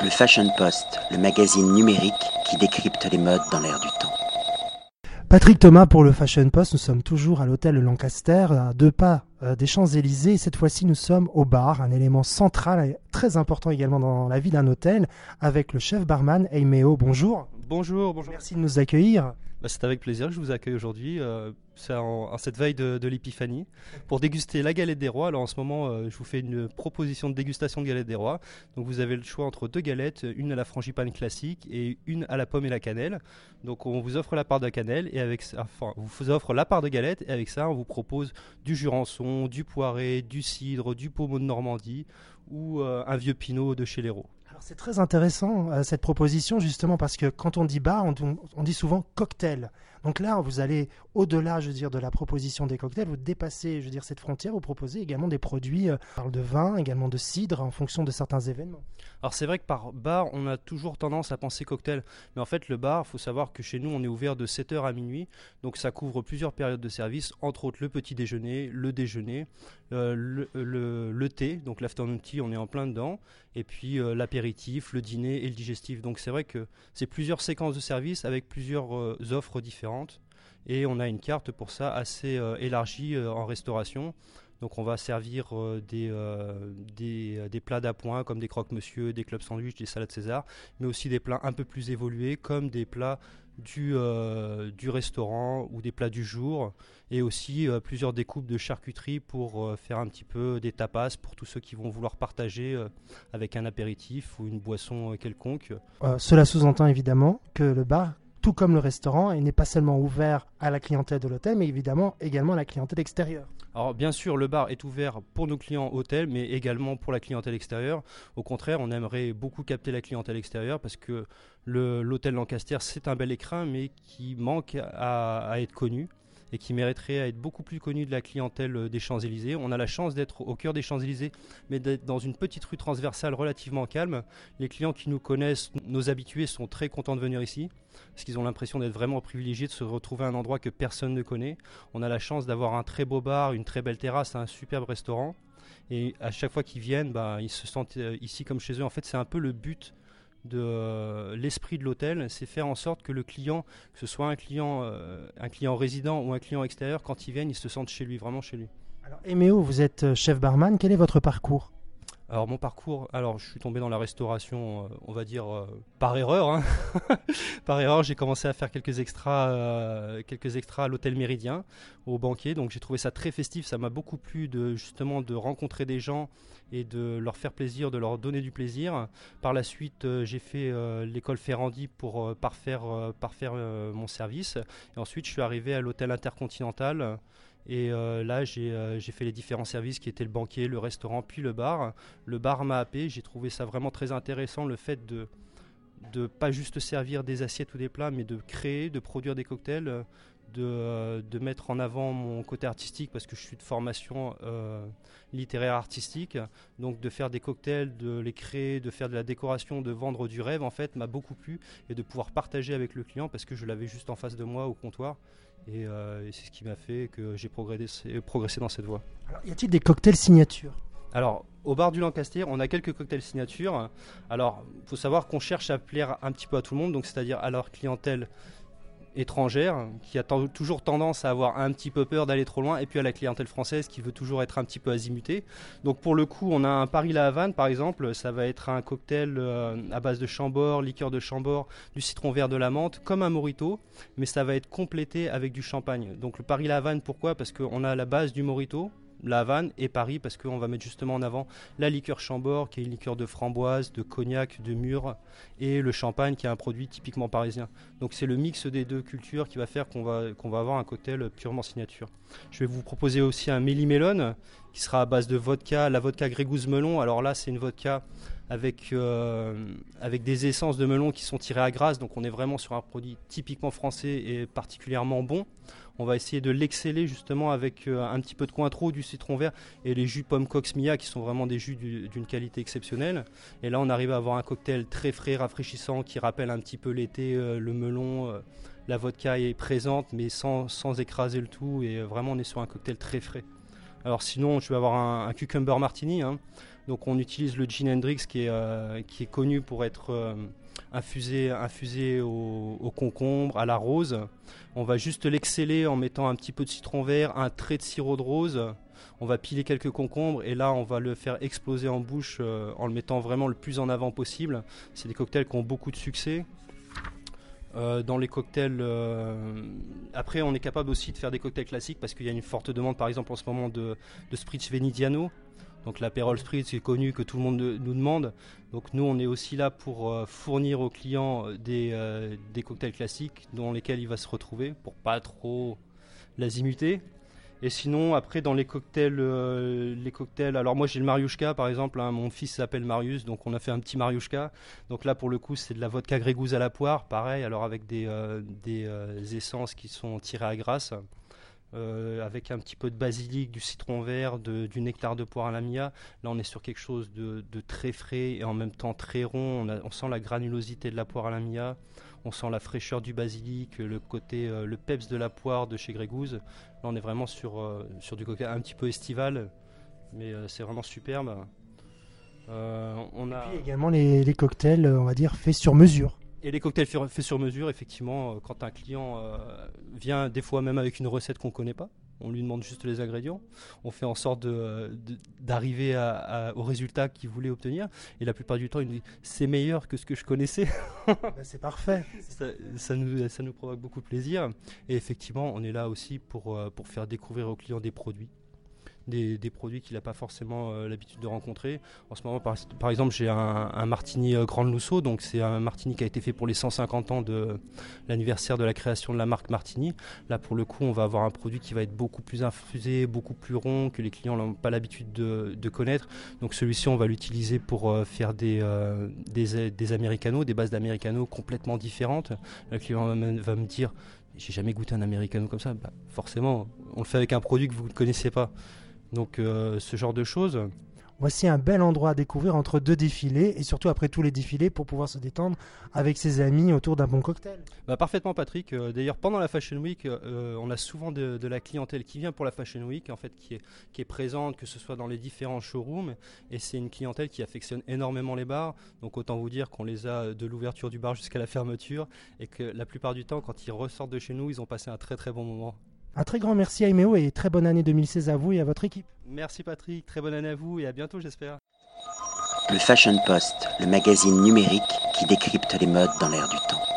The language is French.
Le Fashion Post, le magazine numérique qui décrypte les modes dans l'air du temps. Patrick Thomas pour le Fashion Post, nous sommes toujours à l'hôtel Lancaster, à 2 pas des Champs-Élysées. Cette fois-ci, nous sommes au bar, un élément central et très important également dans la vie d'un hôtel, avec le chef barman Eimeo. Bonjour. Bonjour. Merci de nous accueillir. C'est avec plaisir que je vous accueille aujourd'hui. C'est en cette veille de l'Épiphanie pour déguster la galette des rois. Alors en ce moment, je vous fais une proposition de dégustation de galette des rois. Donc vous avez le choix entre 2 galettes, une à la frangipane classique et une à la pomme et la cannelle. Donc on vous offre la part de cannelle et on vous offre la part de galette et avec ça on vous propose du jurançon, du poiré, du cidre, du pommeau de Normandie ou un vieux pinot de chez Léraud. Alors c'est très intéressant cette proposition justement parce que quand on dit bar, on dit souvent cocktail. Donc là, vous allez au-delà, de la proposition des cocktails, vous dépassez, cette frontière, vous proposez également des produits, on parle de vin, également de cidre, en fonction de certains événements. Alors c'est vrai que par bar, on a toujours tendance à penser cocktail, mais en fait le bar, il faut savoir que chez nous, on est ouvert de 7h à minuit, donc ça couvre plusieurs périodes de service, entre autres le petit déjeuner, le déjeuner, le thé, donc l'afternoon tea, on est en plein dedans, et puis l'apéritif, le dîner et le digestif. Donc c'est vrai que c'est plusieurs séquences de service avec plusieurs offres différentes. Et on a une carte pour ça assez élargie en restauration. Donc on va servir des plats d'appoint comme des croque-monsieur, des clubs sandwich, des salades César, mais aussi des plats un peu plus évolués comme des plats du restaurant ou des plats du jour, et aussi plusieurs découpes de charcuterie pour faire un petit peu des tapas pour tous ceux qui vont vouloir partager avec un apéritif ou une boisson quelconque. Cela sous-entend évidemment que le bar, tout comme le restaurant, n'est pas seulement ouvert à la clientèle de l'hôtel, mais évidemment également à la clientèle extérieure. Alors bien sûr, le bar est ouvert pour nos clients hôtels, mais également pour la clientèle extérieure. Au contraire, on aimerait beaucoup capter la clientèle extérieure parce que l'hôtel Lancaster, c'est un bel écrin, mais qui manque à être connu et qui mériterait à être beaucoup plus connu de la clientèle des Champs-Élysées. On a la chance d'être au cœur des Champs-Élysées, mais d'être dans une petite rue transversale relativement calme. Les clients qui nous connaissent, nos habitués, sont très contents de venir ici, parce qu'ils ont l'impression d'être vraiment privilégiés, de se retrouver à un endroit que personne ne connaît. On a la chance d'avoir un très beau bar, une très belle terrasse, un superbe restaurant. Et à chaque fois qu'ils viennent, ils se sentent ici comme chez eux. En fait, c'est un peu le but de l'esprit de l'hôtel, c'est faire en sorte que le client, que ce soit un client résident ou un client extérieur, quand il vient, il se sente chez lui, vraiment chez lui. Alors Eimeo, vous êtes chef barman, quel est votre parcours ? Alors mon parcours, je suis tombé dans la restauration, on va dire par erreur. Hein. Par erreur, j'ai commencé à faire quelques extras à l'hôtel Méridien, au banquet. Donc j'ai trouvé ça très festif. Ça m'a beaucoup plu de rencontrer des gens et de leur faire plaisir, de leur donner du plaisir. Par la suite, j'ai fait l'école Ferrandi pour parfaire mon service. Et ensuite, je suis arrivé à l'hôtel Intercontinental. Et là, j'ai fait les différents services qui étaient le banquet, le restaurant, puis le bar. Le bar m'a happé, j'ai trouvé ça vraiment très intéressant, le fait de pas juste servir des assiettes ou des plats, mais de créer, de produire des cocktails, de mettre en avant mon côté artistique, parce que je suis de formation littéraire artistique. Donc de faire des cocktails, de les créer, de faire de la décoration, de vendre du rêve, en fait, m'a beaucoup plu. Et de pouvoir partager avec le client, parce que je l'avais juste en face de moi au comptoir. Et c'est ce qui m'a fait que j'ai progressé dans cette voie. Alors, y a-t-il des cocktails signature ? Alors, au bar du Lancaster, on a quelques cocktails signature. Alors, il faut savoir qu'on cherche à plaire un petit peu à tout le monde, donc c'est-à-dire à leur clientèle étrangère, qui a toujours tendance à avoir un petit peu peur d'aller trop loin, et puis à la clientèle française qui veut toujours être un petit peu azimutée. Donc pour le coup, on a un Paris-La Havane par exemple, ça va être un cocktail à base de Chambord, liqueur de Chambord, du citron vert, de la menthe, comme un Morito, mais ça va être complété avec du champagne. Donc le Paris-La Havane, pourquoi ? Parce qu'on a la base du Morito, La Havane et Paris, parce qu'on va mettre justement en avant la liqueur Chambord, qui est une liqueur de framboise, de cognac, de mûre, et le champagne, qui est un produit typiquement parisien. Donc c'est le mix des deux cultures qui va faire qu'on va avoir un cocktail purement signature. Je vais vous proposer aussi un Méli-Melon, qui sera à base de vodka, la vodka Grégouze melon. Alors là, c'est une vodka avec des essences de melon qui sont tirées à Grasse, donc on est vraiment sur un produit typiquement français et particulièrement bon. On va essayer de l'exceller justement avec un petit peu de Cointreau, du citron vert et les jus pomme Cox Mia, qui sont vraiment des jus d'une qualité exceptionnelle. Et là, on arrive à avoir un cocktail très frais, rafraîchissant, qui rappelle un petit peu l'été, le melon. La vodka est présente, mais sans écraser le tout. Et vraiment, on est sur un cocktail très frais. Alors sinon, tu vas avoir un cucumber martini, hein. Donc on utilise le gin Hendrix qui est connu pour être infusé au concombre, à la rose. On va juste l'exceller en mettant un petit peu de citron vert, un trait de sirop de rose. On va piler quelques concombres et là on va le faire exploser en bouche en le mettant vraiment le plus en avant possible. C'est des cocktails qui ont beaucoup de succès. Dans les cocktails, après on est capable aussi de faire des cocktails classiques parce qu'il y a une forte demande par exemple en ce moment de Spritz Venidiano. Donc l'Aperol Spritz c'est connu que tout le monde nous demande. Donc nous on est aussi là pour fournir aux clients des cocktails classiques dans lesquels il va se retrouver pour pas trop l'azimuter. Et sinon, après, dans les cocktails, alors moi j'ai le Mariushka par exemple, hein, mon fils s'appelle Marius, donc on a fait un petit Mariushka. Donc là, pour le coup, c'est de la vodka grégouze à la poire, pareil, alors avec des essences qui sont tirées à grasse, avec un petit peu de basilic, du citron vert, du nectar de poire à la mia. Là, on est sur quelque chose de très frais et en même temps très rond. On sent la granulosité de la poire à la mia. On sent la fraîcheur du basilic, le côté, le peps de la poire de chez Grégouze. Là, on est vraiment sur du cocktail un petit peu estival, mais c'est vraiment superbe. On a... Et puis également les cocktails, on va dire, faits sur mesure. Et les cocktails faits sur mesure, effectivement, quand un client vient des fois même avec une recette qu'on ne connaît pas, on lui demande juste les ingrédients, on fait en sorte d'arriver au résultat qu'il voulait obtenir, et la plupart du temps il nous dit c'est meilleur que ce que je connaissais. C'est parfait. Ça nous provoque beaucoup de plaisir, et effectivement on est là aussi pour faire découvrir aux clients des produits. Des produits qu'il n'a pas forcément l'habitude de rencontrer. En ce moment, par exemple, j'ai un martini Grande Lousseau, donc c'est un martini qui a été fait pour les 150 ans de l'anniversaire de la création de la marque Martini. Là, pour le coup, on va avoir un produit qui va être beaucoup plus infusé, beaucoup plus rond, que les clients n'ont pas l'habitude de connaître. Donc celui-ci, on va l'utiliser pour faire des americanos, des bases d'americano complètement différentes. Le client va me dire « j'ai jamais goûté un americano comme ça ». Bah, forcément, on le fait avec un produit que vous ne connaissez pas. Donc ce genre de choses. Voici un bel endroit à découvrir entre deux défilés et surtout après tous les défilés pour pouvoir se détendre avec ses amis autour d'un bon cocktail. Bah, parfaitement Patrick. D'ailleurs pendant la Fashion Week, on a souvent de la clientèle qui vient pour la Fashion Week, en fait, qui est présente, que ce soit dans les différents showrooms, et c'est une clientèle qui affectionne énormément les bars. Donc autant vous dire qu'on les a de l'ouverture du bar jusqu'à la fermeture, et que la plupart du temps quand ils ressortent de chez nous, ils ont passé un très très bon moment. Un très grand merci à Aiméo et très bonne année 2016 à vous et à votre équipe. Merci Patrick, très bonne année à vous et à bientôt j'espère. Le Fashion Post, le magazine numérique qui décrypte les modes dans l'air du temps.